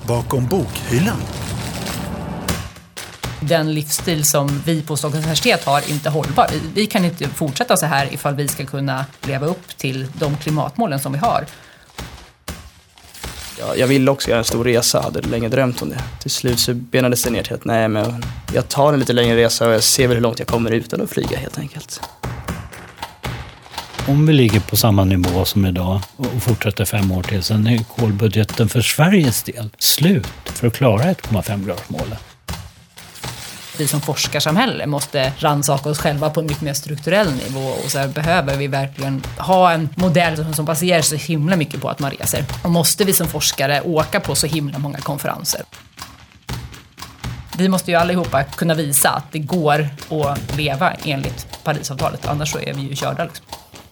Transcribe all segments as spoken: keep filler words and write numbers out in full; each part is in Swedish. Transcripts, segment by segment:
bakom bokhyllan. Den livsstil som vi på Stockholms universitet har inte hållbar. Vi kan inte fortsätta så här ifall vi ska kunna leva upp till de klimatmålen som vi har. Ja, jag ville också göra en stor resa, hade länge drömt om det. Till slut så benades det ner till att nej, men jag tar en lite längre resa och jag ser väl hur långt jag kommer utan att flyga helt enkelt. Om vi ligger på samma nivå som idag och fortsätter fem år till, sen är kolbudgeten för Sveriges del slut för att klara ett komma fem gradersmålet. Vi som forskarsamhälle måste rannsaka oss själva på en mycket mer strukturell nivå, och så här behöver vi verkligen ha en modell som, som baserar så himla mycket på att man reser. Och måste vi som forskare åka på så himla många konferenser. Vi måste ju allihopa kunna visa att det går att leva enligt Parisavtalet, annars så är vi ju körda liksom.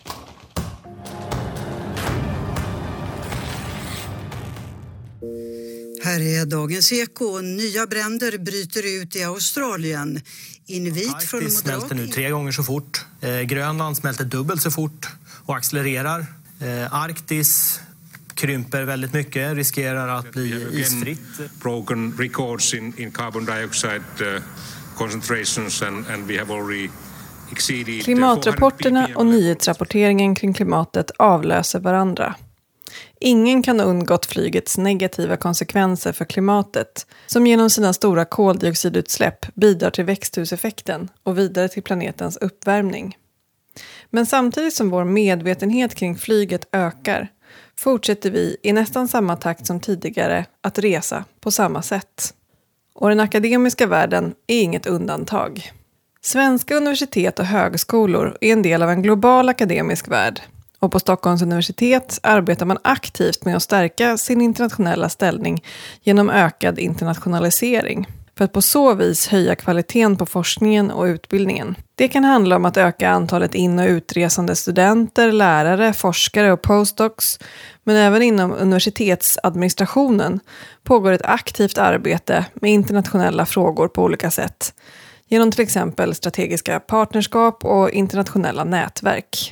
Här är Dagens Eko. Nya bränder bryter ut i Australien. Invit Arktis från smälter nu tre gånger så fort. Eh, Grönland smälter dubbelt så fort och accelererar. Eh, Arktis krymper väldigt mycket, riskerar att bli isfritt. Broken records in, in carbon dioxide uh, concentrations and, and we have already exceeded. Klimatrapporterna och nyhetsrapporteringen kring klimatet avlöser varandra. Ingen kan ha undgått flygets negativa konsekvenser för klimatet, som genom sina stora koldioxidutsläpp bidrar till växthuseffekten och vidare till planetens uppvärmning. Men samtidigt som vår medvetenhet kring flyget ökar, fortsätter vi i nästan samma takt som tidigare att resa på samma sätt. Och den akademiska världen är inget undantag. Svenska universitet och högskolor är en del av en global akademisk värld. Och på Stockholms universitet arbetar man aktivt med att stärka sin internationella ställning genom ökad internationalisering. För att på så vis höja kvaliteten på forskningen och utbildningen. Det kan handla om att öka antalet in- och utresande studenter, lärare, forskare och postdocs. Men även inom universitetsadministrationen pågår ett aktivt arbete med internationella frågor på olika sätt. Genom till exempel strategiska partnerskap och internationella nätverk.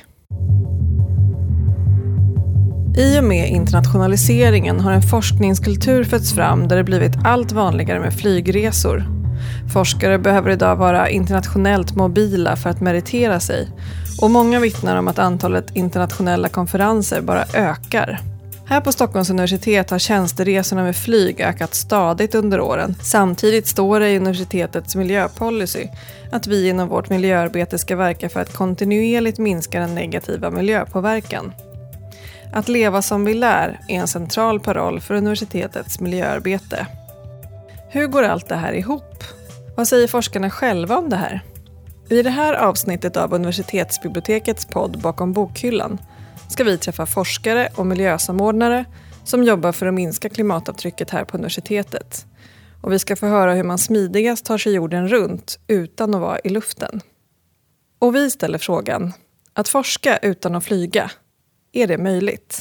I och med internationaliseringen har en forskningskultur fötts fram där det blivit allt vanligare med flygresor. Forskare behöver idag vara internationellt mobila för att meritera sig, och många vittnar om att antalet internationella konferenser bara ökar. Här på Stockholms universitet har tjänsteresorna med flyg ökat stadigt under åren. Samtidigt står det i universitetets miljöpolicy att vi inom vårt miljöarbete ska verka för att kontinuerligt minska den negativa miljöpåverkan. Att leva som vi lär är en central paroll för universitetets miljöarbete. Hur går allt det här ihop? Vad säger forskarna själva om det här? I det här avsnittet av universitetsbibliotekets podd Bakom bokhyllan ska vi träffa forskare och miljösamordnare som jobbar för att minska klimatavtrycket här på universitetet. Och vi ska få höra hur man smidigast tar sig jorden runt utan att vara i luften. Och vi ställer frågan, att forska utan att flyga, är det möjligt?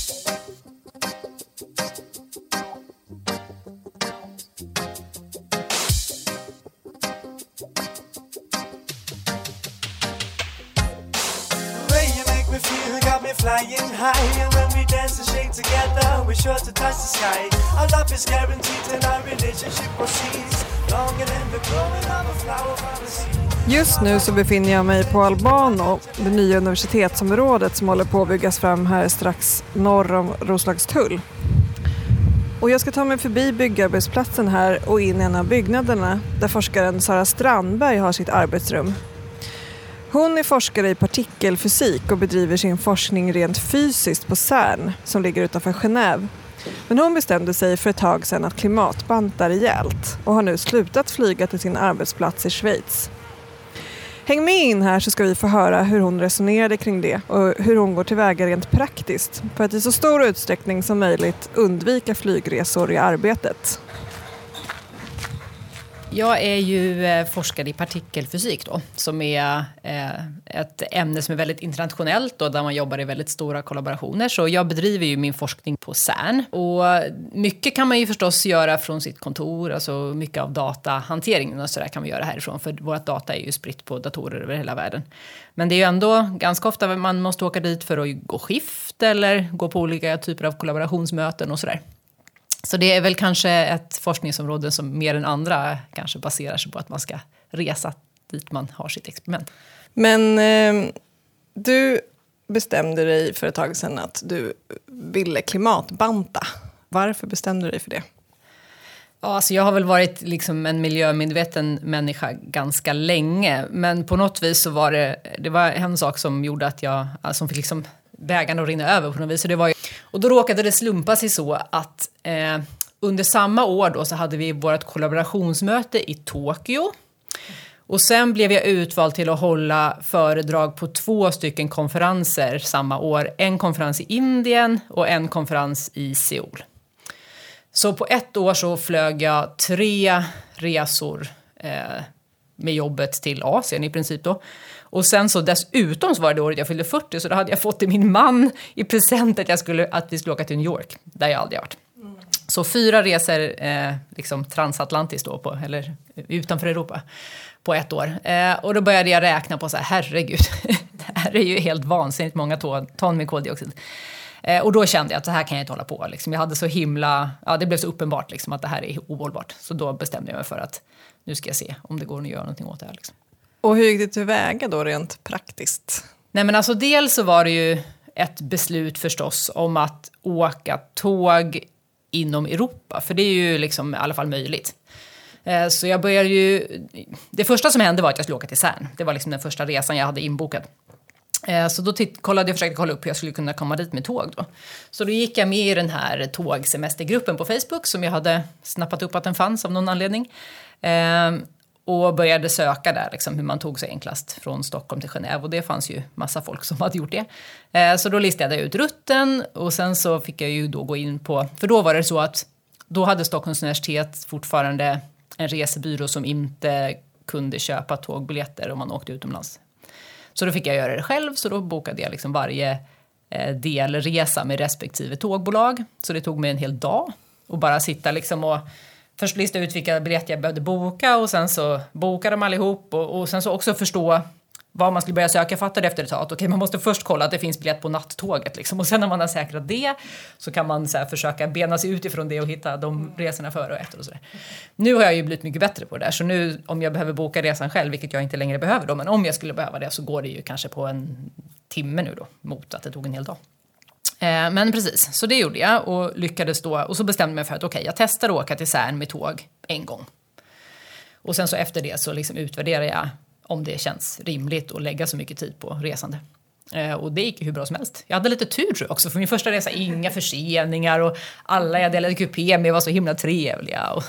Flying high, and when we dance and shake together, we're sure to touch the sky. Our love is guaranteed and our relationship proceeds longer than the growing of a flower from the sea. Just nu så befinner jag mig på Albano, det nya universitetsområdet som håller på att byggas fram här strax norr om Roslagstull. Och jag ska ta mig förbi byggarbetsplatsen här och in i en av byggnaderna där forskaren Sara Strandberg har sitt arbetsrum. Hon är forskare i partikelfysik och bedriver sin forskning rent fysiskt på CERN som ligger utanför Genève. Men hon bestämde sig för ett tag sedan att klimatbanta rejält och har nu slutat flyga till sin arbetsplats i Schweiz. Häng med in här så ska vi få höra hur hon resonerade kring det och hur hon går tillväga rent praktiskt för att i så stor utsträckning som möjligt undvika flygresor i arbetet. Jag är ju forskare i partikelfysik då, som är ett ämne som är väldigt internationellt och där man jobbar i väldigt stora kollaborationer. Så jag bedriver ju min forskning på CERN. Och mycket kan man ju förstås göra från sitt kontor, alltså mycket av datahanteringen och sådär kan vi göra härifrån. För vårt data är ju spritt på datorer över hela världen. Men det är ju ändå ganska ofta man måste åka dit för att gå skift eller gå på olika typer av kollaborationsmöten och sådär. Så det är väl kanske ett forskningsområde som mer än andra kanske baserar sig på att man ska resa dit man har sitt experiment. Men eh, du bestämde dig för ett tag sedan att du ville klimatbanta. Varför bestämde du dig för det? Ja, alltså jag har väl varit liksom en miljömedveten människa ganska länge. Men på något vis så var det, det var en sak som gjorde att jag, alltså fick liksom bägaren att rinna över på något vis. Så det var ju, och då råkade det slumpa sig så att eh, under samma år då så hade vi vårt kollaborationsmöte i Tokyo. Och sen blev jag utvald till att hålla föredrag på två stycken konferenser samma år. En konferens i Indien och en konferens i Seoul. Så på ett år så flög jag tre resor eh, med jobbet till Asien i princip då. Och sen så dessutom så var det året jag fyllde fyrtio, så då hade jag fått till min man i present att, jag skulle, att vi skulle åka till New York, där jag aldrig har varit. Mm. Så fyra resor eh, liksom transatlantiskt då, på, eller utanför Europa, på ett år. Eh, och då började jag räkna på så här, herregud, det här är ju helt vansinnigt många ton med koldioxid. Eh, och då kände jag att så här kan jag inte hålla på. Liksom. Jag hade så himla, ja, det blev så uppenbart liksom, att det här är ohållbart. Så då bestämde jag mig för att nu ska jag se om det går att göra någonting åt det här. Liksom. Och hur gick det tillväga då rent praktiskt? Nej, men alltså dels så var det ju ett beslut förstås om att åka tåg inom Europa. För det är ju liksom i alla fall möjligt. Eh, så jag började ju, det första som hände var att jag skulle åka till Cern. Det var liksom den första resan jag hade inbokad. Så då titt- kollade jag försökte kolla upp hur jag skulle kunna komma dit med tåg då. Så då gick jag med i den här tågsemestergruppen på Facebook som jag hade snappat upp att den fanns av någon anledning. Eh, och började söka där liksom, hur man tog sig enklast från Stockholm till Genève. Och det fanns ju massa folk som hade gjort det. Eh, så då listade jag ut rutten och sen så fick jag ju då gå in på, för då var det så att då hade Stockholms universitet fortfarande en resebyrå som inte kunde köpa tågbiljetter om man åkte utomlands. Så då fick jag göra det själv, så då bokade jag liksom varje eh, delresa med respektive tågbolag. Så det tog mig en hel dag och bara sitta liksom och först lista ut vilka biljetter jag behövde boka och sen så boka dem allihop och, och sen så också förstå vad man skulle börja söka. Jag fattade efter ett tag att okay, man måste först kolla att det finns biljett på nattåget liksom. Och sen när man har säkrat det så kan man så här försöka bena sig utifrån det och hitta de resorna före och efter och sådär. Nu har jag ju blivit mycket bättre på det där, så nu om jag behöver boka resan själv, vilket jag inte längre behöver då, men om jag skulle behöva det så går det ju kanske på en timme nu då mot att det tog en hel dag. Eh, men precis, så det gjorde jag och lyckades då, och så bestämde jag mig för att okej, okay, jag testar att åka till Cern med tåg en gång. Och sen så efter det så liksom utvärderar jag om det känns rimligt att lägga så mycket tid på resande. Eh, och det gick ju hur bra som helst. Jag hade lite tur tror jag också, för min första resa inga förseningar och alla jag delade kupé med var så himla trevliga. Och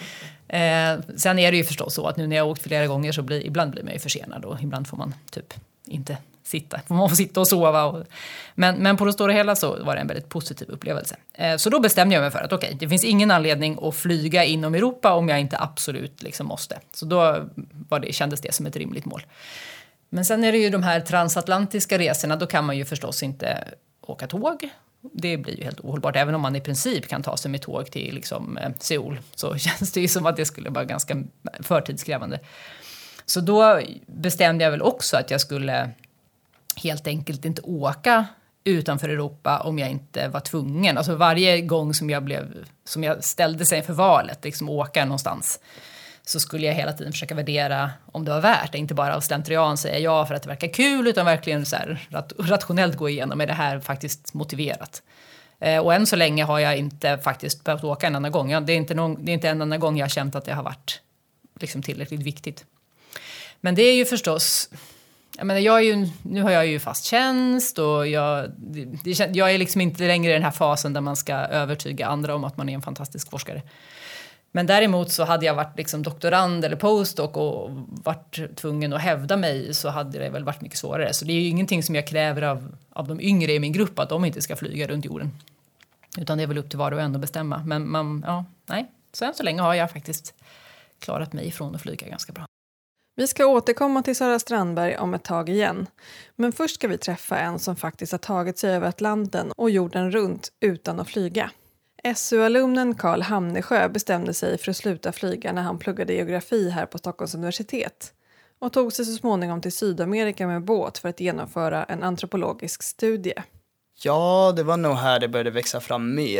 eh, sen är det ju förstås så att nu när jag har åkt flera gånger så blir, ibland blir man ju försenad och ibland får man typ inte sitta. Man får sitta och sova. Och, men, men på det stora hela så var det en väldigt positiv upplevelse. Eh, så då bestämde jag mig för att okej, okay, det finns ingen anledning att flyga inom Europa om jag inte absolut liksom måste. Så då var det, kändes det som ett rimligt mål. Men sen är det ju de här transatlantiska resorna, då kan man ju förstås inte åka tåg. Det blir ju helt ohållbart. Även om man i princip kan ta sig med tåg till liksom, eh, Seoul så känns det ju som att det skulle vara ganska förtidskrävande. Så då bestämde jag väl också att jag skulle helt enkelt inte åka utanför Europa om jag inte var tvungen. Alltså varje gång som jag, blev, som jag ställde sig för valet, liksom åka någonstans, så skulle jag hela tiden försöka värdera om det var värt det. Inte bara av slentrian säga ja för att det verkar kul, utan verkligen så här rat- rationellt gå igenom, är det här faktiskt motiverat. Eh, och än så länge har jag inte faktiskt behövt åka en annan gång. Ja, det, är inte någon, det är inte en annan gång jag har känt att det har varit liksom tillräckligt viktigt. Men det är ju förstås, jag menar, jag är ju, nu har jag ju fast tjänst och jag, det, jag är liksom inte längre i den här fasen där man ska övertyga andra om att man är en fantastisk forskare. Men däremot så hade jag varit liksom doktorand eller postdoc och varit tvungen att hävda mig, så hade det väl varit mycket svårare. Så det är ju ingenting som jag kräver av, av de yngre i min grupp, att de inte ska flyga runt jorden. Utan det är väl upp till var och en att bestämma. Men man, ja, nej. Så än så länge har jag faktiskt klarat mig ifrån att flyga ganska bra. Vi ska återkomma till Sara Strandberg om ett tag igen. Men först ska vi träffa en som faktiskt har tagit sig över Atlanten och jorden runt utan att flyga. S U-alumnen Carl Hamnesjö bestämde sig för att sluta flyga när han pluggade geografi här på Stockholms universitet. Och tog sig så småningom till Sydamerika med båt för att genomföra en antropologisk studie. Ja, det var nog här det började växa fram mer.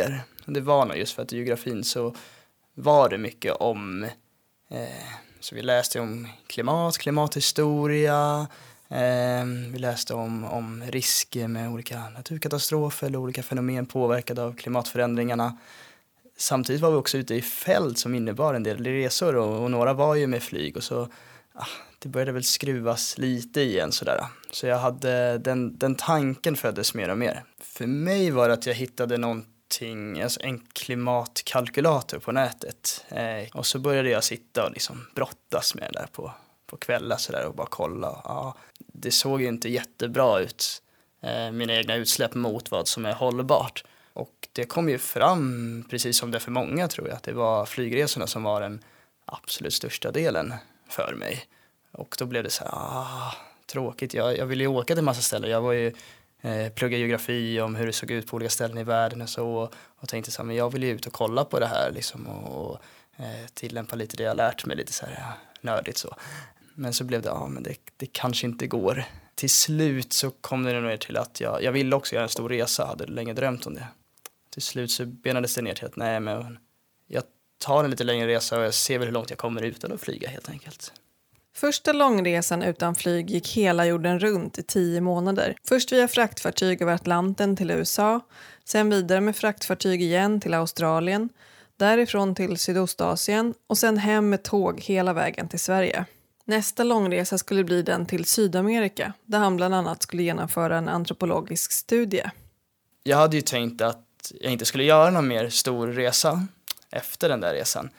Det var nog just för att i geografin så var det mycket om, eh, så vi läste om klimat, klimathistoria, eh, vi läste om, om risker med olika naturkatastrofer eller olika fenomen påverkade av klimatförändringarna. Samtidigt var vi också ute i fält som innebar en del resor och, och några var ju med flyg och så ah, det började väl skruvas lite igen sådär. Så jag hade, den, den tanken föddes mer och mer. För mig var det att jag hittade någonting, alltså en klimatkalkylator på nätet. Eh, och så började jag sitta och liksom brottas med det där på, på kvällar sådär och bara kolla. Ja, det såg ju inte jättebra ut, eh, mina egna utsläpp mot vad som är hållbart. Och det kom ju fram, precis som det för många tror jag, att det var flygresorna som var den absolut största delen för mig. Och då blev det så här, ah, tråkigt. Jag, jag ville ju åka till massa ställen. Jag var ju eh, plugga geografi om hur det såg ut på olika ställen i världen och så. Och tänkte så här, men jag vill ju ut och kolla på det här liksom och, och eh, tillämpa lite det jag lärt mig, lite så här ja, nördigt så. Men så blev det, ja ah, men det, det kanske inte går. Till slut så kom det ner till att jag, jag ville också göra en stor resa, hade länge drömt om det. Till slut så benades det ner till att nej, men jag tar en lite längre resa och jag ser väl hur långt jag kommer utan att flyga helt enkelt. Första långresan utan flyg gick hela jorden runt i tio månader. Först via fraktfartyg över Atlanten till U S A, sen vidare med fraktfartyg igen till Australien, därifrån till Sydostasien och sen hem med tåg hela vägen till Sverige. Nästa långresa skulle bli den till Sydamerika, där han bland annat skulle genomföra en antropologisk studie. Jag hade ju tänkt att jag inte skulle göra någon mer stor resa efter den där resan.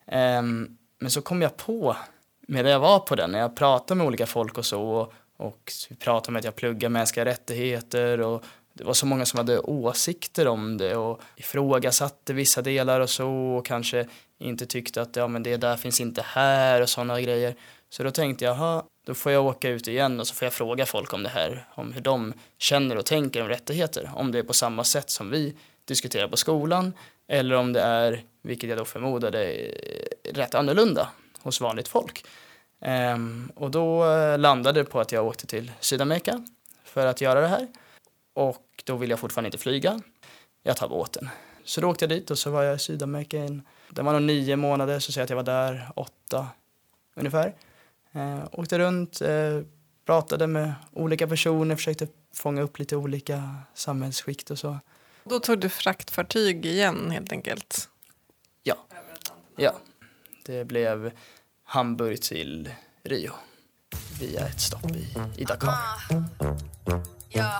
Um, men så kom jag på, medan jag var på den, när jag pratade med olika folk och så, och, och vi pratade om att jag pluggar mänskliga rättigheter och det var så många som hade åsikter om det och ifrågasatte vissa delar och så och kanske inte tyckte att ja, men det där finns inte här och sådana grejer. Så då tänkte jag, aha, då får jag åka ut igen och så får jag fråga folk om det här, om hur de känner och tänker om rättigheter, om det är på samma sätt som vi diskuterar på skolan eller om det är, vilket jag då förmodade, rätt annorlunda hos vanligt folk. Um, och då landade det på att jag åkte till Sydamerika för att göra det här. Och då ville jag fortfarande inte flyga. Jag tar båten. Så då åkte jag dit och så var jag i Sydamerika. In. Det var nog nio månader, så säger jag att jag var där åtta ungefär. Uh, åkte runt, uh, pratade med olika personer, försökte fånga upp lite olika samhällsskikt och så. Då tog du fraktfartyg igen helt enkelt? Ja, ja. Det blev Hamburg till Rio via ett stopp i, i Dakar. Ja.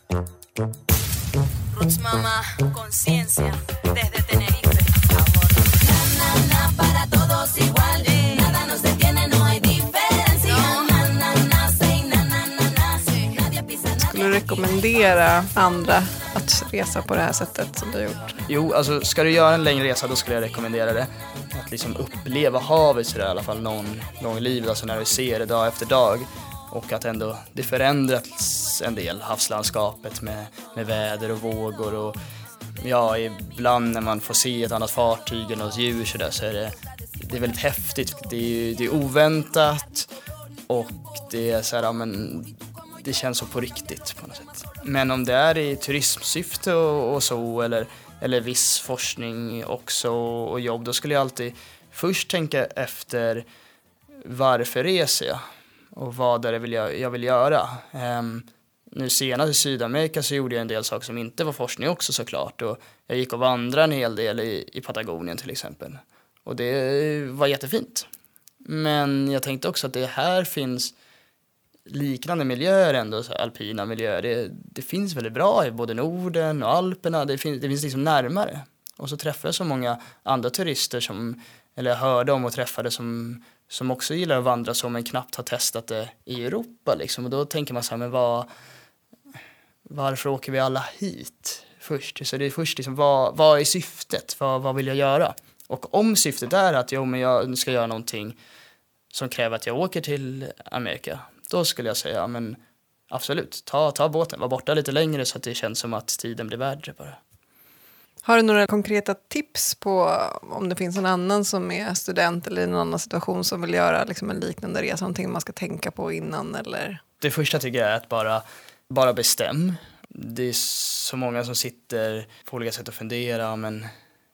Roots mama, conciencia, desde Tenerife. Na, na, na, para todos igual. Nada nos detiene, no hay diferencia. Na, na, na, say, na, na, na, na. Nadie pisa, nadie. Skulle du rekommendera andra att resa på det här sättet som du har gjort? Jo, alltså ska du göra en längre resa då skulle jag rekommendera det. Att liksom uppleva havet så där, i alla fall någon gång i livet, alltså när du ser det dag efter dag. Och att ändå det förändrats en del, havslandskapet med, med väder och vågor. Och ja, ibland när man får se ett annat fartyg eller något djur så där, så är det, det är väldigt häftigt. Det är, det är oväntat och det är så här, ja, men det känns så på riktigt på något sätt. Men om det är i turismsyfte och, och så, eller, eller viss forskning också och jobb, då skulle jag alltid först tänka efter varför reser jag och vad är det vill jag, jag vill göra. Um, nu senast i Sydamerika så gjorde jag en del saker som inte var forskning också såklart. Och jag gick och vandrade en hel del i, i Patagonien till exempel. Och det var jättefint. Men jag tänkte också att det här finns liknande miljöer ändå, så alpina miljöer. Det, det finns väldigt bra i både Norden och Alperna. Det finns, det finns liksom närmare. Och så träffade jag så många andra turister som, eller jag hörde om och träffade som, som också gillar att vandra så men knappt har testat det i Europa. Liksom. Och då tänker man så här, men vad, varför åker vi alla hit först? Så det är först liksom, vad, vad är syftet? Vad, vad vill jag göra? Och om syftet är att jo, men jag ska göra någonting som kräver att jag åker till Amerika, då skulle jag säga, men absolut, ta, ta båten, var borta lite längre så att det känns som att tiden blir värd det bara. Har du några konkreta tips på om det finns en annan som är student eller i en annan situation som vill göra liksom en liknande resa, någonting man ska tänka på innan? Eller? Det första tycker jag är att bara, bara bestäm det är så många som sitter på olika sätt och funderar, men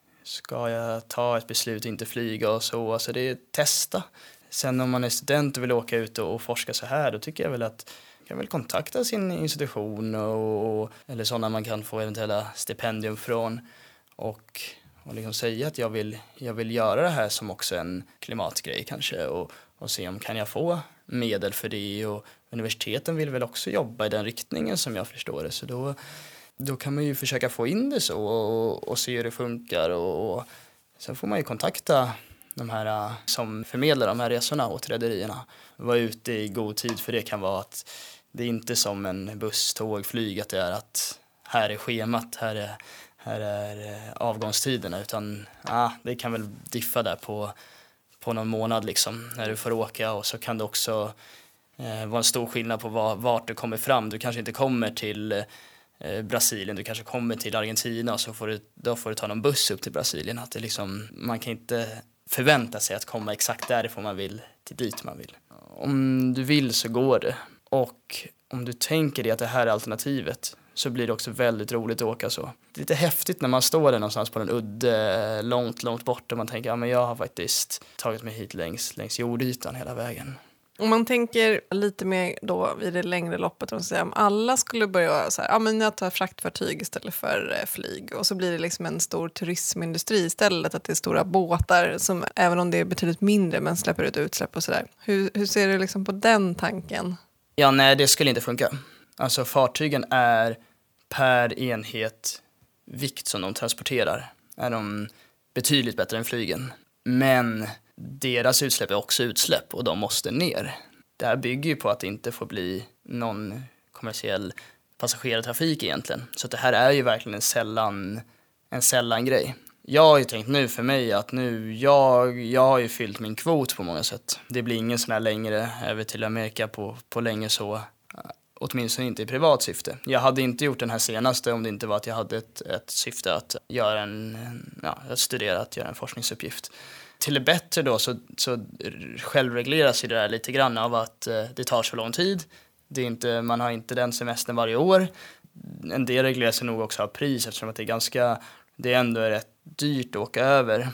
ska jag ta ett beslut och inte flyga och så? Alltså det är testa. Sen om man är student och vill åka ut och, och forska så här, då tycker jag väl att man kan väl kontakta sin institution och, och, eller sådana man kan få eventuella stipendium från och, och liksom säga att jag vill, jag vill göra det här som också en klimatgrej kanske och, och se om kan jag få medel för det, och universiteten vill väl också jobba i den riktningen som jag förstår det, så då, då kan man ju försöka få in det så och, och se hur det funkar och, och sen får man ju kontakta de här som förmedlar de här resorna åt rederierna. Vara ute i god tid, för det kan vara att det är inte som en buss, tåg, flyg, att det är att här är schemat, här är, här är avgångstiderna, utan ah, det kan väl diffa där på, på någon månad liksom, när du får åka, och så kan det också eh, vara en stor skillnad på var, vart du kommer fram. Du kanske inte kommer till eh, Brasilien, du kanske kommer till Argentina och så får du, då får du ta någon buss upp till Brasilien. Att det liksom, man kan inte förvänta sig att komma exakt därifrån man vill till dit man vill. Om du vill så går det. Och om du tänker dig att det här är alternativet, så blir det också väldigt roligt att åka så. Det är lite häftigt när man står där någonstans på en udde långt, långt bort och man tänker, ja men jag har faktiskt tagit mig hit längs, längs jordytan hela vägen. Om man tänker lite mer då vid det längre loppet, om, säga, om alla skulle börja så här, ja men jag tar fraktfartyg istället för flyg, och så blir det liksom en stor turismindustri istället, att det är stora båtar som, även om det är betydligt mindre, men släpper ut utsläpp och sådär. Hur, hur ser du liksom på den tanken? Ja, nej, det skulle inte funka. Alltså fartygen är per enhet vikt som de transporterar är de betydligt bättre än flygen. Men deras utsläpp är också utsläpp och de måste ner. Det här bygger ju på att det inte får bli någon kommersiell passagerartrafik egentligen. Så det här är ju verkligen en sällan, en sällan grej. Jag har ju tänkt nu för mig att nu, jag, jag har ju fyllt min kvot på många sätt. Det blir ingen sån här längre över till Amerika på, på länge så. Åtminstone inte i privat syfte. Jag hade inte gjort den här senaste om det inte var att jag hade ett, ett syfte att göra en, ja, att studera, att göra en forskningsuppgift. Till det bättre då så, så självregleras ju det där lite grann av att eh, det tar så lång tid. Det är inte, man har inte den semestern varje år. En del reglerar sig nog också av pris eftersom att det är ganska, det är ändå rätt dyrt att åka över.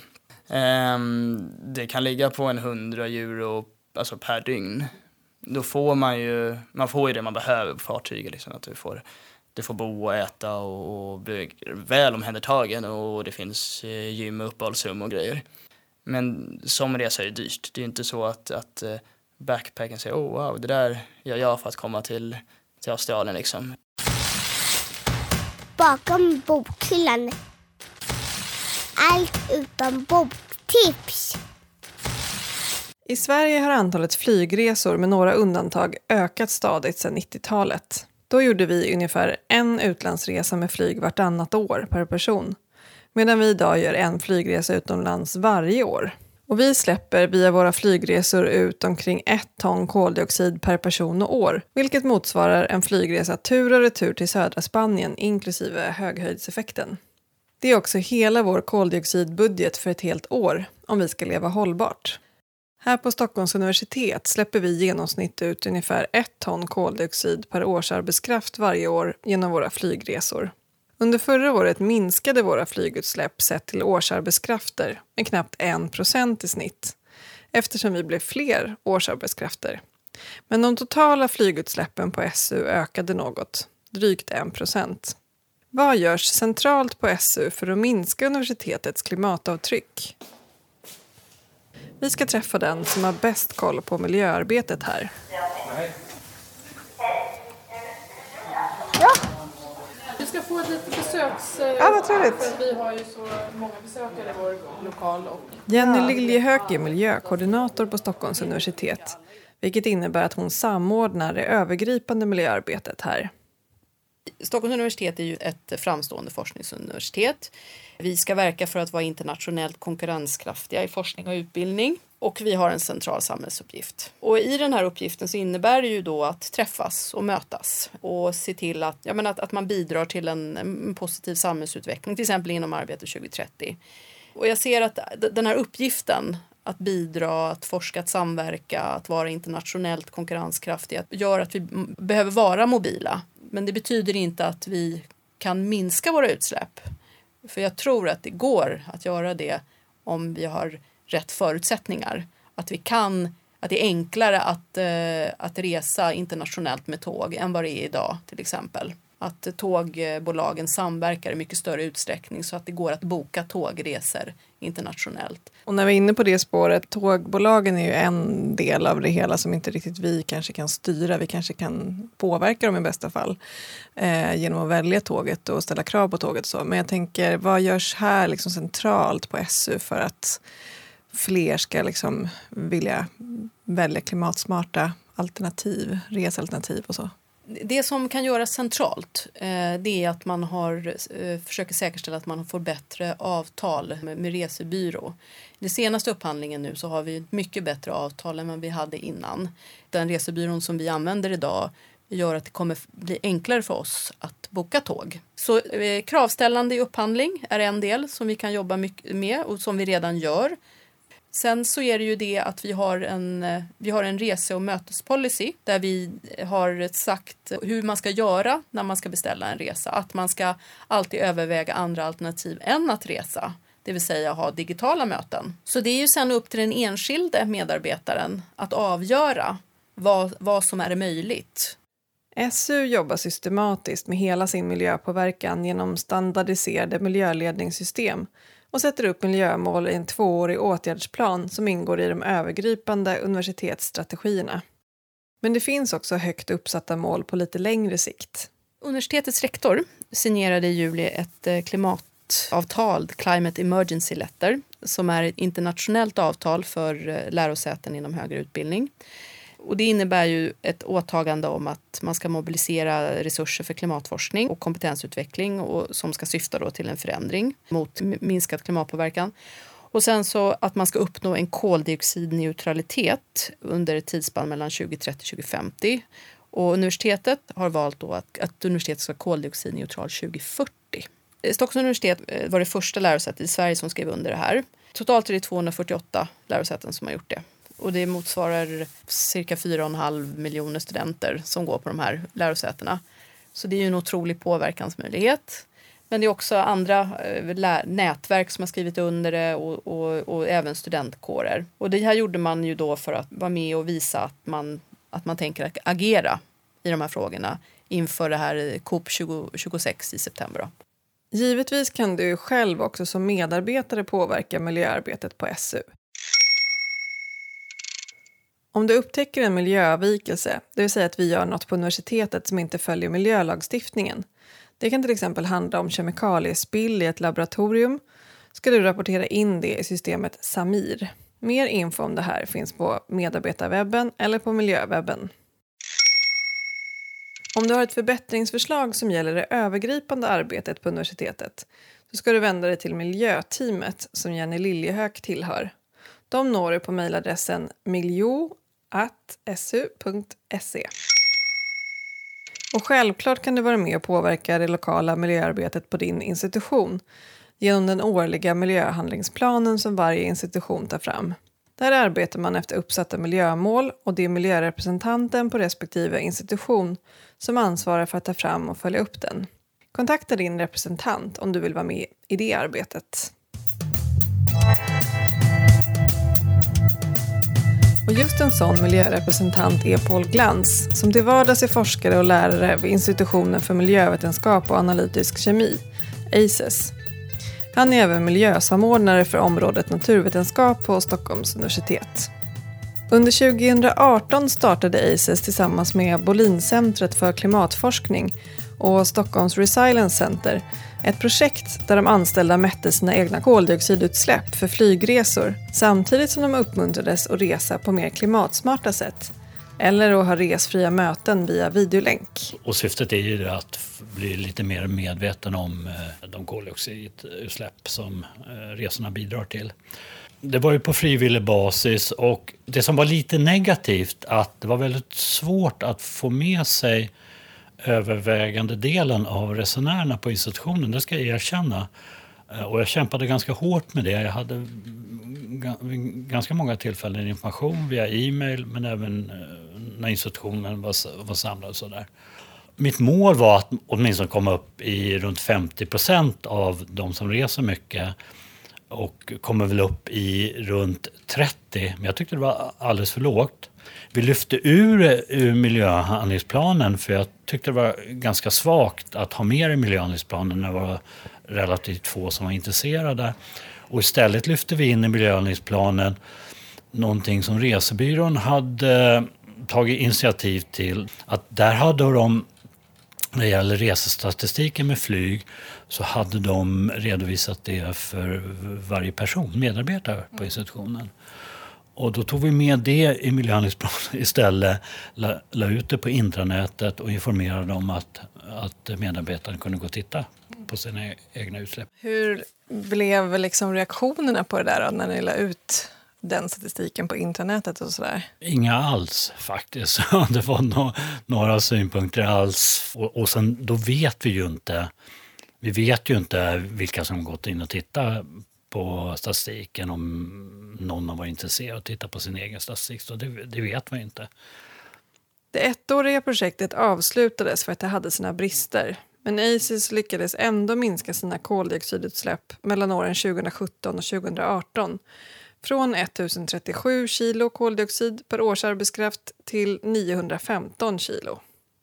Um, det kan ligga på en hundra euro alltså per dygn. Då får man ju, man får ju det man behöver på fartyget. Liksom, att du får, du får bo och äta och, och bli väl omhändertagen och det finns gym och uppehållsrum och grejer. Men som resa är det dyrt. Det är inte så att, att backpacken säger oh wow, det där gör jag för att komma till, till Australien liksom. Bakom bokhyllan. Allt utom boktips. I Sverige har antalet flygresor med några undantag ökat stadigt sedan nittiotalet. Då gjorde vi ungefär en utlandsresa med flyg vartannat år per person. Medan vi idag gör en flygresa utomlands varje år. Och vi släpper via våra flygresor ut omkring ett ton koldioxid per person och år. Vilket motsvarar en flygresa tur och retur till södra Spanien inklusive höghöjdseffekten. Det är också hela vår koldioxidbudget för ett helt år om vi ska leva hållbart. Här på Stockholms universitet släpper vi i genomsnitt ut ungefär ett ton koldioxid per årsarbetskraft varje år genom våra flygresor. Under förra året minskade våra flygutsläpp sett till årsarbetskrafter med knappt en procent i snitt, eftersom vi blev fler årsarbetskrafter. Men de totala flygutsläppen på S U ökade något, drygt en procent. Vad görs centralt på S U för att minska universitetets klimatavtryck? Vi ska träffa den som har bäst koll på miljöarbetet här. Ja. Du ska få ett litet besöks... Ja, vad trevligt. För vi har ju så många besökare i vår lokal. Och... Jenny Liljehöök är miljökoordinator på Stockholms universitet. Vilket innebär att hon samordnar det övergripande miljöarbetet här. Stockholms universitet är ju ett framstående forskningsuniversitet. Vi ska verka för att vara internationellt konkurrenskraftiga i forskning och utbildning. Och vi har en central samhällsuppgift. Och i den här uppgiften så innebär det ju då att träffas och mötas. Och se till att, jag menar, att, att man bidrar till en, en positiv samhällsutveckling. Till exempel inom arbete tjugo trettio. Och jag ser att den här uppgiften, att bidra, att forska, att samverka, att vara internationellt konkurrenskraftiga, gör att vi behöver vara mobila. Men det betyder inte att vi kan minska våra utsläpp. För jag tror att det går att göra det om vi har rätt förutsättningar. Att vi kan, att det är enklare att, eh, att resa internationellt med tåg än vad det är idag till exempel. Att tågbolagen samverkar i mycket större utsträckning så att det går att boka tågresor internationellt. Och när vi är inne på det spåret, tågbolagen är ju en del av det hela som inte riktigt vi kanske kan styra. Vi kanske kan påverka dem i bästa fall eh, genom att välja tåget och ställa krav på tåget. Så. Men jag tänker, vad görs här liksom centralt på S U för att fler ska liksom vilja välja klimatsmarta alternativ, resalternativ och så? Det som kan göras centralt eh, det är att man har, eh, försöker säkerställa att man får bättre avtal med, med resebyrå. I den senaste upphandlingen nu så har vi ett mycket bättre avtal än vad vi hade innan. Den resebyrån som vi använder idag gör att det kommer bli enklare för oss att boka tåg. Så eh, kravställande i upphandling är en del som vi kan jobba mycket med och som vi redan gör. Sen så är det ju det att vi har en, vi har en rese- och mötespolicy där vi har sagt hur man ska göra när man ska beställa en resa. Att man ska alltid överväga andra alternativ än att resa, det vill säga ha digitala möten. Så det är ju sen upp till den enskilde medarbetaren att avgöra vad, vad som är möjligt. S U jobbar systematiskt med hela sin miljöpåverkan genom standardiserade miljöledningssystem och sätter upp miljömål i en tvåårig åtgärdsplan som ingår i de övergripande universitetsstrategierna. Men det finns också högt uppsatta mål på lite längre sikt. Universitetets rektor signerade i juli ett klimatavtal, Climate Emergency Letter, som är ett internationellt avtal för lärosäten inom högre utbildning. Och det innebär ju ett åtagande om att man ska mobilisera resurser för klimatforskning och kompetensutveckling och som ska syfta då till en förändring mot minskad klimatpåverkan. Och sen så att man ska uppnå en koldioxidneutralitet under ett tidsspann mellan tjugo trettio till tjugo femtio. Och universitetet har valt då att, att universitetet ska vara koldioxidneutral tjugo fyrtio. Stockholms universitet var det första lärosätet i Sverige som skrev under det här. Totalt är det tvåhundrafyrtioåtta lärosäten som har gjort det. Och det motsvarar cirka fyra komma fem miljoner studenter som går på de här lärosätena. Så det är ju en otrolig påverkansmöjlighet. Men det är också andra äh, nätverk som har skrivit under det och, och, och även studentkårer. Och det här gjorde man ju då för att vara med och visa att man, att man tänker agera i de här frågorna inför det här C O P tjugo tjugosex i september. Då. Givetvis kan du själv också som medarbetare påverka miljöarbetet på S U. Om du upptäcker en miljöavvikelse, det vill säga att vi gör något på universitetet som inte följer miljölagstiftningen. Det kan till exempel handla om kemikaliespill i ett laboratorium. Ska du rapportera in det i systemet Samir. Mer info om det här finns på medarbetarwebben eller på miljövebben. Om du har ett förbättringsförslag som gäller det övergripande arbetet på universitetet så ska du vända dig till miljöteamet som Jenny Liljehök tillhör. De når du på mejladressen miljo at s u punkt se. Och självklart kan du vara med och påverka det lokala miljöarbetet på din institution genom den årliga miljöhandlingsplanen som varje institution tar fram. Där arbetar man efter uppsatta miljömål och det är miljörepresentanten på respektive institution som ansvarar för att ta fram och följa upp den. Kontakta din representant om du vill vara med i det arbetet. Och just en sån miljörepresentant är Paul Glans, som till vardags är forskare och lärare vid Institutionen för miljövetenskap och analytisk kemi, A C E S. Han är även miljösamordnare för området naturvetenskap på Stockholms universitet. Under tjugoarton startade A C E S tillsammans med Bolincentret för klimatforskning och Stockholms Resilience Center ett projekt där de anställda mätte sina egna koldioxidutsläpp för flygresor samtidigt som de uppmuntrades att resa på mer klimatsmarta sätt eller att ha resfria möten via videolänk. Och syftet är ju att bli lite mer medveten om de koldioxidutsläpp som resorna bidrar till. Det var ju på frivillig basis och det som var lite negativt att det var väldigt svårt att få med sig övervägande delen av resenärerna på institutionen, det ska jag erkänna. Och jag kämpade ganska hårt med det. Jag hade ganska många tillfällen information via e-mail men även när institutionen var, var samlad och sådär. Mitt mål var att åtminstone komma upp i runt femtio procent av de som reser mycket och kommer väl upp i runt trettio, men jag tyckte det var alldeles för lågt. Vi lyfte ur, ur miljöhandlingsplanen för jag tyckte det var ganska svagt att ha mer i miljöhandlingsplanen när det var relativt få som var intresserade. Och istället lyfte vi in i miljöhandlingsplanen någonting som Resebyrån hade tagit initiativ till. Att där hade de, när det gäller resestatistiken med flyg, så hade de redovisat det för varje person, medarbetare på institutionen. Och då tog vi med det i miljöhandlingsplanen istället, la, la ut det på intranätet och informerade om att, att medarbetaren kunde gå och titta på sina egna utsläpp. Hur blev liksom reaktionerna på det där då, när ni la ut den statistiken på intranätet och sådär? Inga alls faktiskt. Det var no- några synpunkter alls. Och, och sen då vet vi ju inte, vi vet ju inte vilka som gått in och tittat på statistiken, om någon har varit intresserad att titta på sin egen statistik. Så det, det vet man inte. Det ettåriga projektet avslutades för att det hade sina brister. Men ACES lyckades ändå minska sina koldioxidutsläpp mellan åren tjugosjutton och tjugoarton. Från ettusentrettiosju kilo koldioxid per årsarbetskraft till niohundrafemton kilo.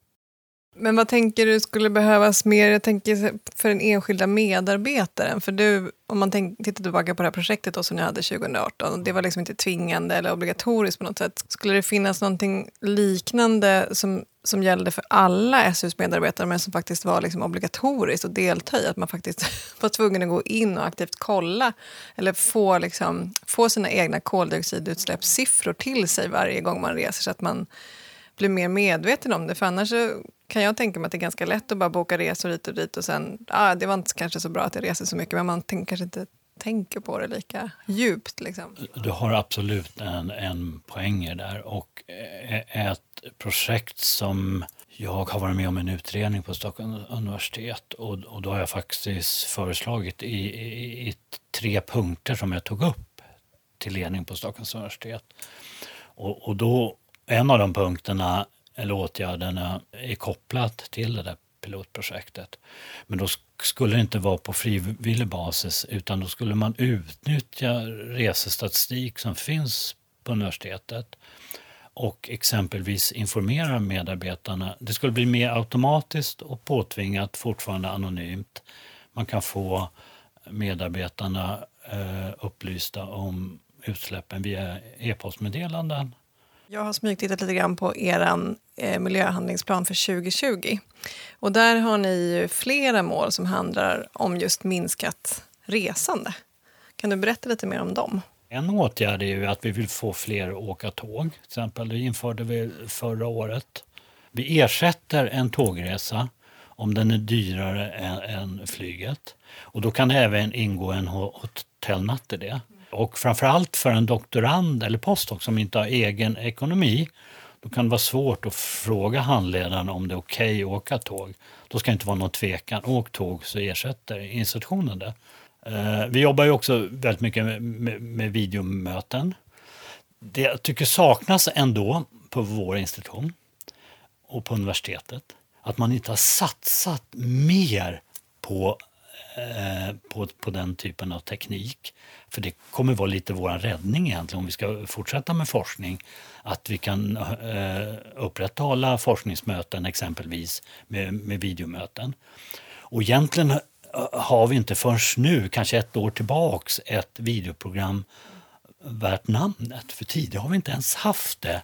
Men vad tänker du skulle behövas mer? Jag tänker för den enskilda medarbetaren. För du, om man tänk, tittar tillbaka på det här projektet då, som ni hade tjugoarton. Det var liksom inte tvingande eller obligatoriskt på något sätt. Skulle det finnas någonting liknande som, som gällde för alla S U:s medarbetare men som faktiskt var liksom obligatoriskt att delta i? Att man faktiskt var tvungen att gå in och aktivt kolla eller få, liksom, få sina egna koldioxidutsläppssiffror till sig varje gång man reser så att man blir mer medveten om det. För annars så kan jag tänka mig att det är ganska lätt att bara boka resor hit och dit och sen, ja ah, det var inte kanske så bra att jag reser så mycket men man tänk, kanske inte tänker på det lika djupt. Liksom. Du har absolut en, en poäng där och ett projekt som jag har varit med om en utredning på Stockholms universitet och, och då har jag faktiskt föreslagit i, i, i tre punkter som jag tog upp till ledning på Stockholms universitet. Och, och då en av de punkterna eller åtgärderna är kopplat till det där pilotprojektet. Men då skulle det inte vara på frivillig basis utan då skulle man utnyttja resestatistik som finns på universitetet och exempelvis informera medarbetarna. Det skulle bli mer automatiskt och påtvingat, fortfarande anonymt. Man kan få medarbetarna eh, upplysta om utsläppen via e-postmeddelanden. Jag har smygtittat lite grann på er eh, miljöhandlingsplan för tjugohundratjugo. Och där har ni ju flera mål som handlar om just minskat resande. Kan du berätta lite mer om dem? En åtgärd är ju att vi vill få fler att åka tåg. Till exempel, det införde vi förra året. Vi ersätter en tågresa om den är dyrare än, än flyget. Och då kan det även ingå en hotellnatt i det. Och framförallt för en doktorand eller postdoc som inte har egen ekonomi, då kan det vara svårt att fråga handledaren om det är okej att åka tåg. Då ska det inte vara någon tvekan. Åk tåg så ersätter institutionen det. Eh, vi jobbar ju också väldigt mycket med, med, med videomöten. Det jag tycker saknas ändå på vår institution och på universitetet, att man inte har satsat mer på eh, på, på den typen av teknik. För det kommer vara lite vår räddning egentligen om vi ska fortsätta med forskning. Att vi kan eh, upprätthålla forskningsmöten exempelvis med, med videomöten. Och egentligen har vi inte förrän nu, kanske ett år tillbaks, ett videoprogram värt namnet. För tidigare har vi inte ens haft det.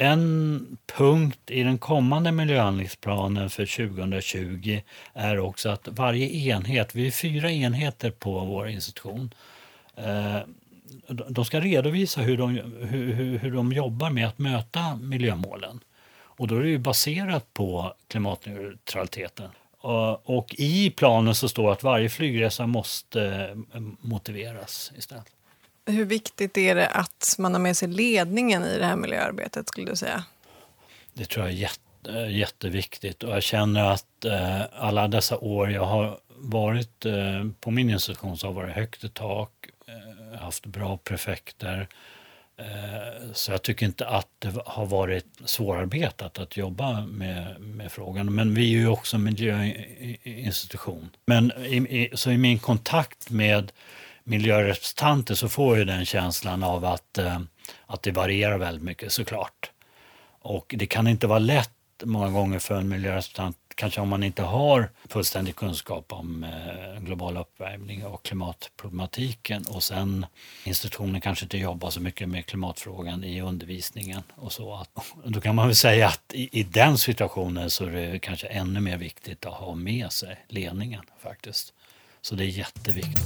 En punkt i den kommande miljöhandlingsplanen för tjugohundratjugo är också att varje enhet, vi är fyra enheter på vår institution, eh, de ska redovisa hur de, hur, hur de jobbar med att möta miljömålen. Och då är det ju baserat på klimatneutraliteten. Och, och i planen så står att varje flygresa måste motiveras istället. Hur viktigt är det att man har med sig ledningen i det här miljöarbetet, skulle du säga? Det tror jag är jätte, jätteviktigt. Och jag känner att eh, alla dessa år jag har varit eh, på min institution så har varit högt i tak, eh, haft bra prefekter, Så jag tycker inte att det har varit svårarbetat att jobba med, med frågan. Men vi är ju också miljöinstitution. Men i, så i min kontakt med miljörepresentanter så får jag den känslan av att, att det varierar väldigt mycket såklart. Och det kan inte vara lätt många gånger för en miljörepresentant, kanske om man inte har fullständig kunskap om eh, global uppvärmning och klimatproblematiken, och sen institutionen kanske inte jobbar så mycket med klimatfrågan i undervisningen och så. Att, då kan man väl säga att i, i den situationen så är det kanske ännu mer viktigt att ha med sig ledningen faktiskt. Så det är jätteviktigt.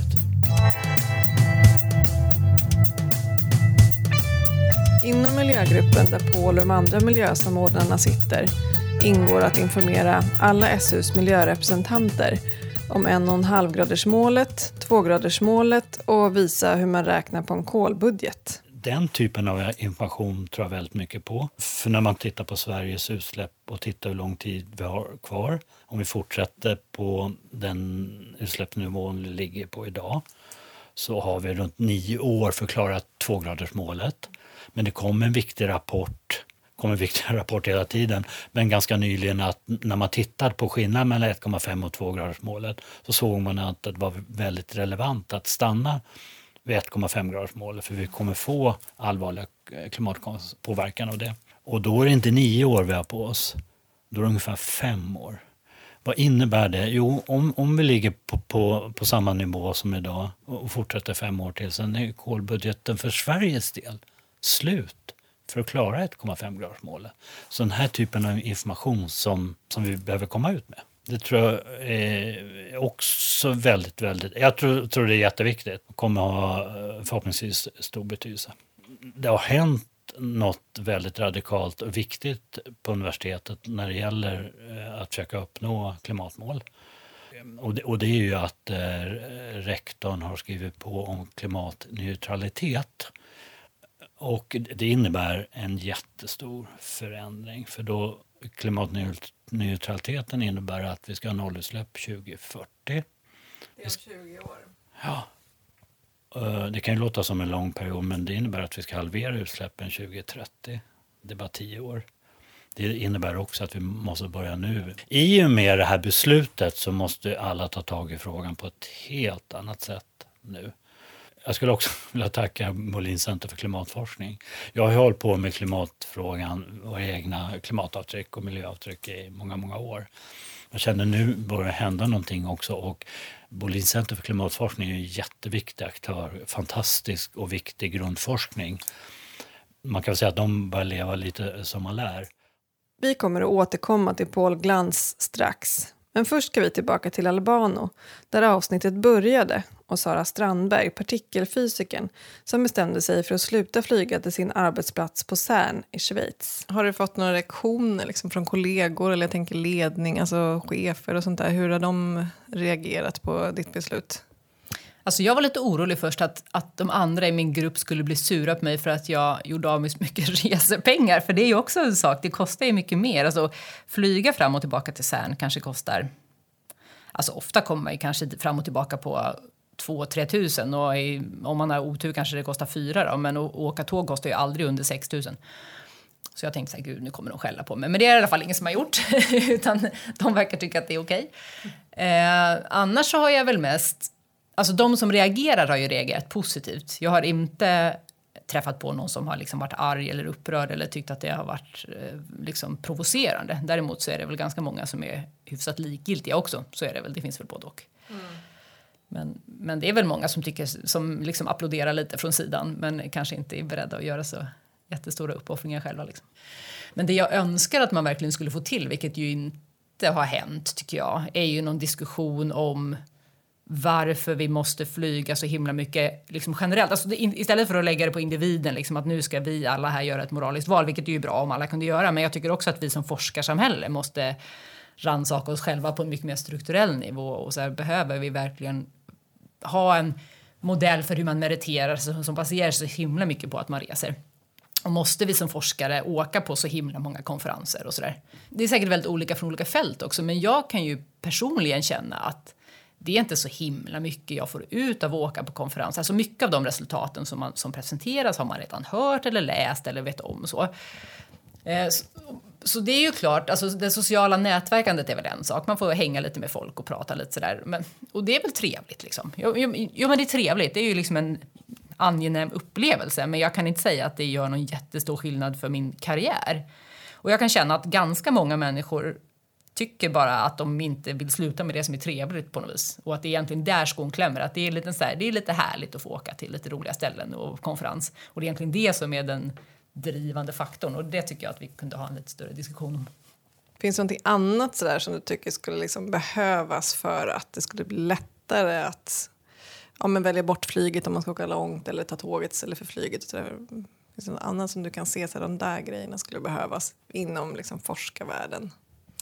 Inom miljögruppen där Paul och de andra miljösamordnarna sitter ingår att informera alla S U:s miljörepresentanter om en och en halv gradersmålet, tvågradersmålet och visa hur man räknar på en kolbudget. Den typen av information tror jag väldigt mycket på. För när man tittar på Sveriges utsläpp och tittar hur lång tid vi har kvar, om vi fortsätter på den utsläppsnivån vi ligger på idag, så har vi runt nio år förklarat tvågradersmålet. Men det kom en viktig rapport, kom en viktig rapport hela tiden, men ganska nyligen att när man tittade på skillnaden mellan ett komma fem och tvågradersmålet så såg man att det var väldigt relevant att stanna vid ett komma fem gradersmålet, för vi kommer få allvarliga klimatpåverkan av det. Och då är det inte nio år vi har på oss, då är det ungefär fem år. Vad innebär det? Jo, om, om vi ligger på, på, på samma nivå som idag och fortsätter fem år till, sen är kolbudgeten för Sveriges del slut för att klara ett komma fem gradersmålet. Så den här typen av information som, som vi behöver komma ut med, det tror jag är också väldigt, väldigt, jag tror, tror det är jätteviktigt och kommer att ha förhoppningsvis stor betydelse. Det har hänt något väldigt radikalt och viktigt på universitetet när det gäller att försöka uppnå klimatmål. Och det, och det är ju att eh, rektorn har skrivit på om klimatneutralitet. Och det innebär en jättestor förändring, för då klimatneutraliteten innebär att vi ska ha nollutsläpp tjugo fyrtio. Det är om tjugo år. Ja. Det kan ju låta som en lång period, men det innebär att vi ska halvera utsläppen tjugo trettio. Det är bara tio år. Det innebär också att vi måste börja nu. I och med det här beslutet så måste alla ta tag i frågan på ett helt annat sätt nu. Jag skulle också vilja tacka Molins Center för klimatforskning. Jag har hållit på med klimatfrågan och egna klimatavtryck och miljöavtryck i många, många år. Jag känner nu börjar hända någonting också, och Molins Center för klimatforskning är en jätteviktig aktör. Fantastisk och viktig grundforskning. Man kan säga att de börjar leva lite som man lär. Vi kommer att återkomma till Paul Glans strax. Men först ska vi tillbaka till Albano, där avsnittet började, och Sara Strandberg, partikelfysikern, som bestämde sig för att sluta flyga till sin arbetsplats på CERN i Schweiz. Har du fått några reaktioner liksom från kollegor, eller jag tänker ledning, alltså chefer och sånt där? Hur har de reagerat på ditt beslut? Alltså jag var lite orolig först att, att de andra i min grupp skulle bli sura på mig för att jag gjorde av med så mycket resepengar. För det är ju också en sak, det kostar ju mycket mer. Alltså flyga fram och tillbaka till CERN kanske kostar... Alltså ofta kommer man ju kanske fram och tillbaka på två till tre tusen. Och i, om man har otur kanske det kostar fyra då. Men att åka tåg kostar ju aldrig under sex tusen. Så jag tänkte så här, gud nu kommer de skälla på mig. Men det är i alla fall ingen som har gjort. Utan de verkar tycka att det är okej. Eh, annars så har jag väl mest... Alltså de som reagerar har ju reagerat positivt. Jag har inte träffat på någon som har liksom varit arg eller upprörd eller tyckt att det har varit eh, liksom provocerande. Däremot så är det väl ganska många som är hyfsat likgiltiga också. Så är det väl, det finns väl både och. Mm. Men, men det är väl många som tycker, som liksom applåderar lite från sidan, men kanske inte är beredda att göra så jättestora uppoffringar själva. Liksom. Men det jag önskar att man verkligen skulle få till, vilket ju inte har hänt tycker jag, är ju någon diskussion om varför vi måste flyga så himla mycket liksom generellt. Alltså det, istället för att lägga det på individen, liksom att nu ska vi alla här göra ett moraliskt val, vilket är ju bra om alla kunde göra. Men jag tycker också att vi som forskarsamhälle måste rannsaka oss själva på en mycket mer strukturell nivå. Och så här, behöver vi verkligen ha en modell för hur man meriterar som, som baserar så himla mycket på att man reser. Och måste vi som forskare åka på så himla många konferenser och sådär. Det är säkert väldigt olika från olika fält också, men jag kan ju personligen känna att det är inte så himla mycket jag får ut av att åka på konferens. Alltså mycket av de resultaten som, man, som presenteras har man redan hört eller läst eller vet om. Så, eh, så, så det är ju klart, alltså det sociala nätverkandet är väl en sak. Man får hänga lite med folk och prata lite sådär. Men, och det är väl trevligt liksom. Jo, jo, jo men det är trevligt, det är ju liksom en angenäm upplevelse. Men jag kan inte säga att det gör någon jättestor skillnad för min karriär. Och jag kan känna att ganska många människor tycker bara att de inte vill sluta med det som är trevligt på något vis. Och att det är egentligen där skon klämmer. Att det är lite, så här, det är lite härligt att få åka till lite roliga ställen och konferens. Och det är egentligen det som är den drivande faktorn. Och det tycker jag att vi kunde ha en lite större diskussion om. Finns det något annat så där som du tycker skulle liksom behövas för att det skulle bli lättare att ja, men välja bort flyget om man ska åka långt eller ta tåget istället för flyget? Så där. Finns det något annat som du kan se så här, de där grejerna skulle behövas inom liksom, forskarvärlden?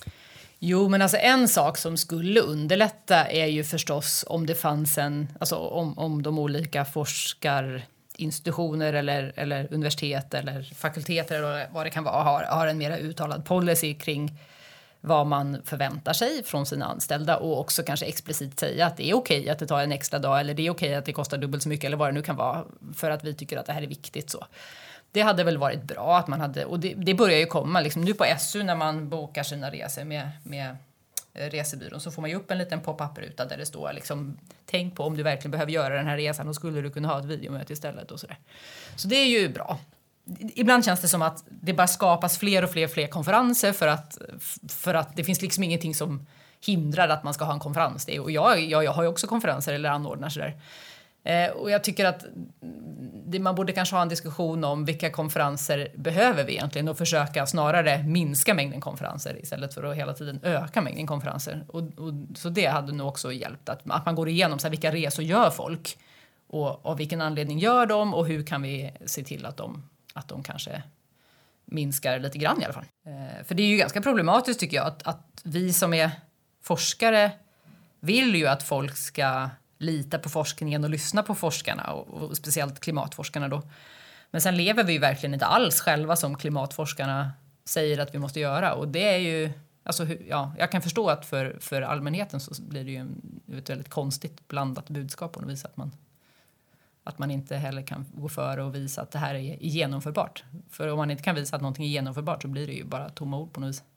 Jo, men alltså en sak som skulle underlätta är ju förstås om det fanns en, alltså om, om de olika forskarinstitutioner eller, eller universitet eller fakulteter eller vad det kan vara har, har en mer uttalad policy kring vad man förväntar sig från sina anställda och också kanske explicit säga att det är okej att det tar en extra dag eller det är okej att det kostar dubbelt så mycket eller vad det nu kan vara för att vi tycker att det här är viktigt så. Det hade väl varit bra att man hade, och det, det börjar ju komma liksom nu på S U när man bokar sina resor med, med resebyrån så får man ju upp en liten pop-up-ruta där det står liksom tänk på om du verkligen behöver göra den här resan och skulle du kunna ha ett videomöte istället och sådär. Så det är ju bra. Ibland känns det som att det bara skapas fler och fler fler konferenser för att, för att det finns liksom ingenting som hindrar att man ska ha en konferens. Det är, och jag, jag, jag har ju också konferenser eller anordnar sådär. Eh, och jag tycker att det, man borde kanske ha en diskussion om vilka konferenser behöver vi egentligen och försöka snarare minska mängden konferenser istället för att hela tiden öka mängden konferenser. Och, och, så det hade nog också hjälpt att, att man går igenom så här, vilka resor gör folk och av vilken anledning gör de och hur kan vi se till att de, att de kanske minskar lite grann i alla fall. Eh, för det är ju ganska problematiskt tycker jag att, att vi som är forskare vill ju att folk ska lita på forskningen och lyssna på forskarna och, och speciellt klimatforskarna då. Men sen lever vi ju verkligen inte alls själva som klimatforskarna säger att vi måste göra och det är ju alltså ja, jag kan förstå att för för allmänheten så blir det ju en, ett väldigt konstigt blandat budskap och visa att man att man inte heller kan gå före och visa att det här är genomförbart. För om man inte kan visa att någonting är genomförbart så blir det ju bara tomma ord på något vis.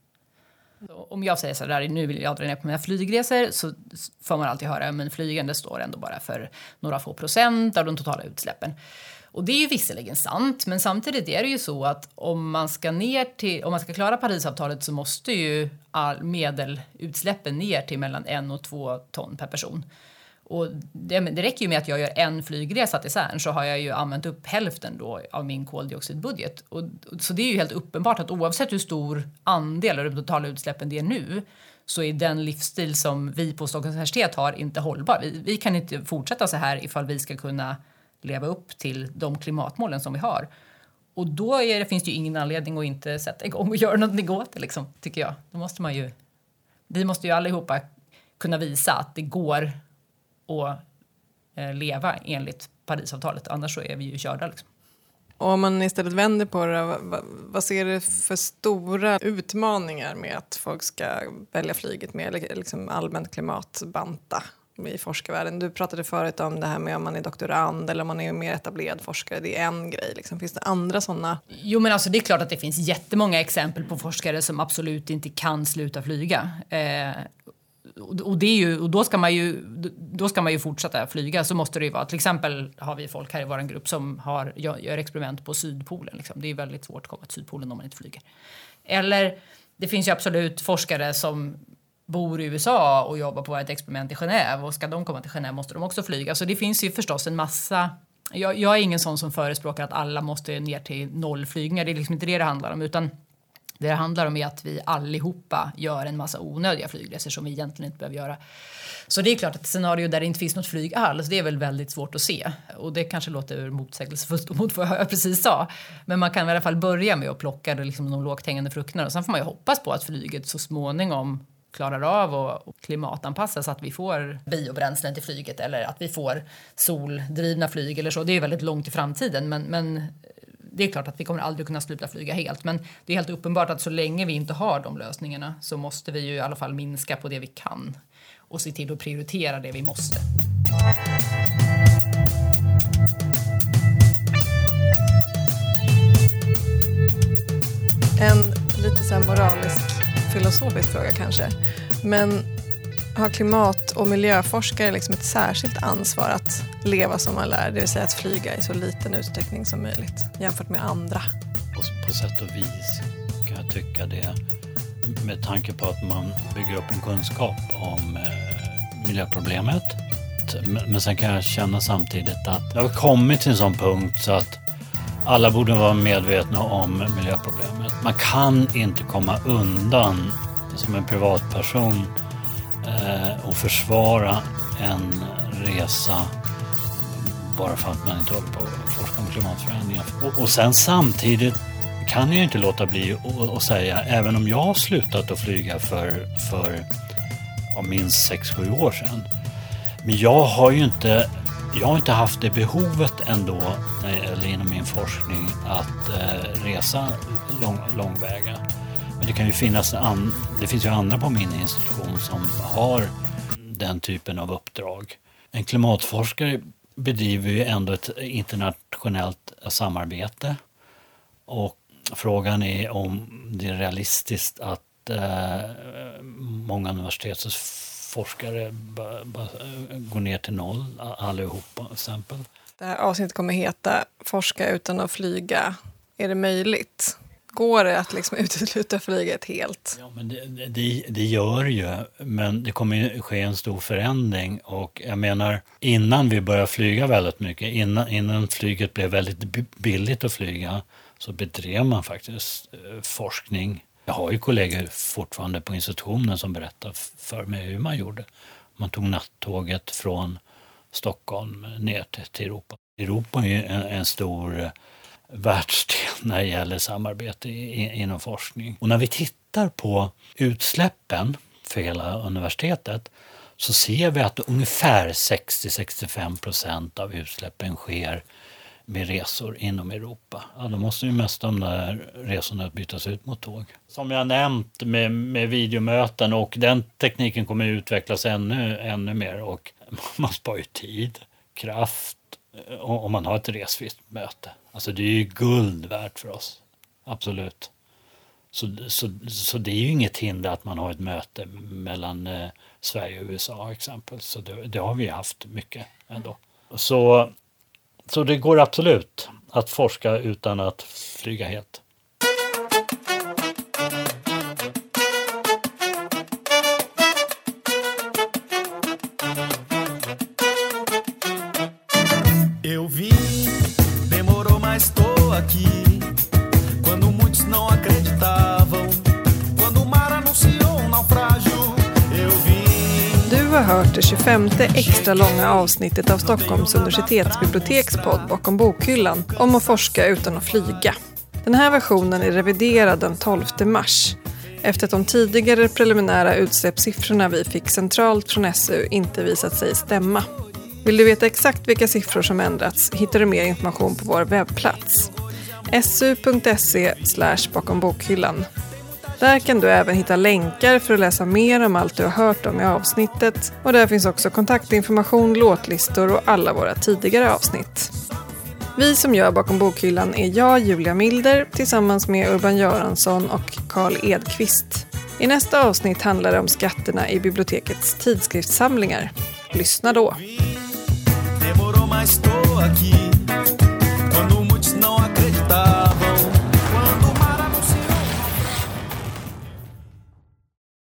Om jag säger så där, nu vill jag dra ner på mina flygresor så får man alltid höra men flygande står ändå bara för några få procent av de totala utsläppen. Och det är ju visserligen sant, men samtidigt är det ju så att om man ska ner till, om man ska klara Parisavtalet så måste ju all medelutsläppen ner till mellan en och två ton per person. Och det, det räcker ju med att jag gör en flygresa till Cern så har jag ju använt upp hälften då av min koldioxidbudget. Och, så det är ju helt uppenbart att oavsett hur stor andel av de totala utsläppen det är nu så är den livsstil som vi på Stockholms universitet har inte hållbar. Vi, vi kan inte fortsätta så här ifall vi ska kunna leva upp till de klimatmålen som vi har. Och då är det, finns det ju ingen anledning att inte sätta igång och göra någonting åt det liksom, tycker jag. Då måste man ju, vi måste ju allihopa kunna visa att det går och eh, leva enligt Parisavtalet. Annars så är vi ju körda. Liksom. Och om man istället vänder på det, vad, vad ser du för stora utmaningar med att folk ska välja flyget med eller liksom allmänt klimatbanta i forskarvärlden? Du pratade förut om det här med om man är doktorand eller om man är mer etablerad forskare. Det är en grej. Liksom. Finns det andra sådana? Jo, men alltså det är klart att det finns jättemånga exempel på forskare som absolut inte kan sluta flyga. Eh, Och, det är ju, och då ska man ju då ska man ju fortsätta flyga så måste det ju vara till exempel har vi folk här i vår grupp som har, gör, gör experiment på Sydpolen liksom. Det är väldigt svårt att komma till Sydpolen om man inte flyger. Eller det finns ju absolut forskare som bor i U S A och jobbar på ett experiment i Genève och ska de komma till Genève måste de också flyga. Så det finns ju förstås en massa jag, jag är ingen sån som förespråkar att alla måste ner till noll flygningar. Det är liksom inte det det handlar om utan det det handlar om är att vi allihopa gör en massa onödiga flygresor som vi egentligen inte behöver göra. Så det är klart att ett scenario där det inte finns något flyg alls, det är väl väldigt svårt att se. Och det kanske låter motsägelsefullt mot vad jag precis sa. Men man kan i alla fall börja med att plocka liksom de lågt hängande frukterna. Och sen får man ju hoppas på att flyget så småningom klarar av och klimatanpassa så att vi får biobränslen till flyget eller att vi får soldrivna flyg eller så. Det är väldigt långt i framtiden men... men det är klart att vi kommer aldrig kunna sluta flyga helt. Men det är helt uppenbart att så länge vi inte har de lösningarna så måste vi ju i alla fall minska på det vi kan. och se till att prioritera det vi måste. En lite så här moralisk, filosofisk fråga kanske. Men har klimat- och miljöforskare liksom ett särskilt ansvar att leva som man lär? Det vill säga att flyga i så liten utsträckning som möjligt jämfört med andra. På, på sätt och vis kan jag tycka det. Med tanke på att man bygger upp en kunskap om eh, miljöproblemet. Men, men sen kan jag känna samtidigt att det har kommit till en sån punkt så att alla borde vara medvetna om miljöproblemet. Man kan inte komma undan som en privatperson eh, och försvara en resa bara för att man inte håller på att forska om klimatförändringar. Och, och sen samtidigt kan jag inte låta bli att säga, även om jag har slutat att flyga för, för ja, minst sex sju år sedan. Men jag har ju inte, jag har inte haft det behovet ändå, eller inom min forskning, att eh, resa lång, långväga. Men det kan ju finnas, an, det finns ju andra på min institution som har den typen av uppdrag. En klimatforskare bedriver ju ändå ett internationellt samarbete. Och frågan är om det är realistiskt att eh, många universitetsforskare b- b- går ner till noll, allihopa till exempel. Det här avsnittet kommer heta Forska utan att flyga. Är det möjligt? Går det att liksom utesluta flyget helt? Ja, men det, det, det gör ju, men det kommer ju ske en stor förändring. Och jag menar, innan vi började flyga väldigt mycket, innan, innan flyget blev väldigt billigt att flyga, så bedrev man faktiskt eh, forskning. Jag har ju kollegor fortfarande på institutionen som berättar för mig hur man gjorde. Man tog nattåget från Stockholm ner till, till Europa. Europa är ju en, en stor världsdel när det gäller samarbete i, inom forskning. Och när vi tittar på utsläppen för hela universitetet så ser vi att ungefär sextio till sextiofem procent av utsläppen sker med resor inom Europa. Ja, då måste ju mest de där resorna bytas ut mot tåg. Som jag nämnt med, med videomöten, och den tekniken kommer utvecklas ännu, ännu mer, och man sparar ju tid, kraft om man har ett resfritt möte. Alltså det är ju guld värt för oss. Absolut. Så, så, så det är ju inget hinder att man har ett möte mellan eh, Sverige och U S A exempel. Så det, det har vi haft mycket ändå. Så, så det går absolut att forska utan att flyga helt. Eu vim, demorou mas tô aqui. Quando muitos não acreditavam, quando o mar anunciou um naufrágio, eu vim. Du har hört det tjugofemte extra långa avsnittet av Stockholms universitetsbiblioteks podd Bakom bokhyllan om att forska utan att flyga. Den här versionen är reviderad den tolfte mars efter att de tidigare preliminära utsläppssiffrorna vi fick centralt från S U inte visat sig stämma. Vill du veta exakt vilka siffror som ändrats hittar du mer information på vår webbplats su.se slash bakom bokhyllan. Där kan du även hitta länkar för att läsa mer om allt du har hört om i avsnittet, och där finns också kontaktinformation, låtlistor och alla våra tidigare avsnitt. Vi som gör Bakom bokhyllan är jag, Julia Milder, tillsammans med Urban Göransson och Carl Edqvist. I nästa avsnitt handlar det om skatterna i bibliotekets tidskriftssamlingar. Lyssna då! Demorou mas tô aqui.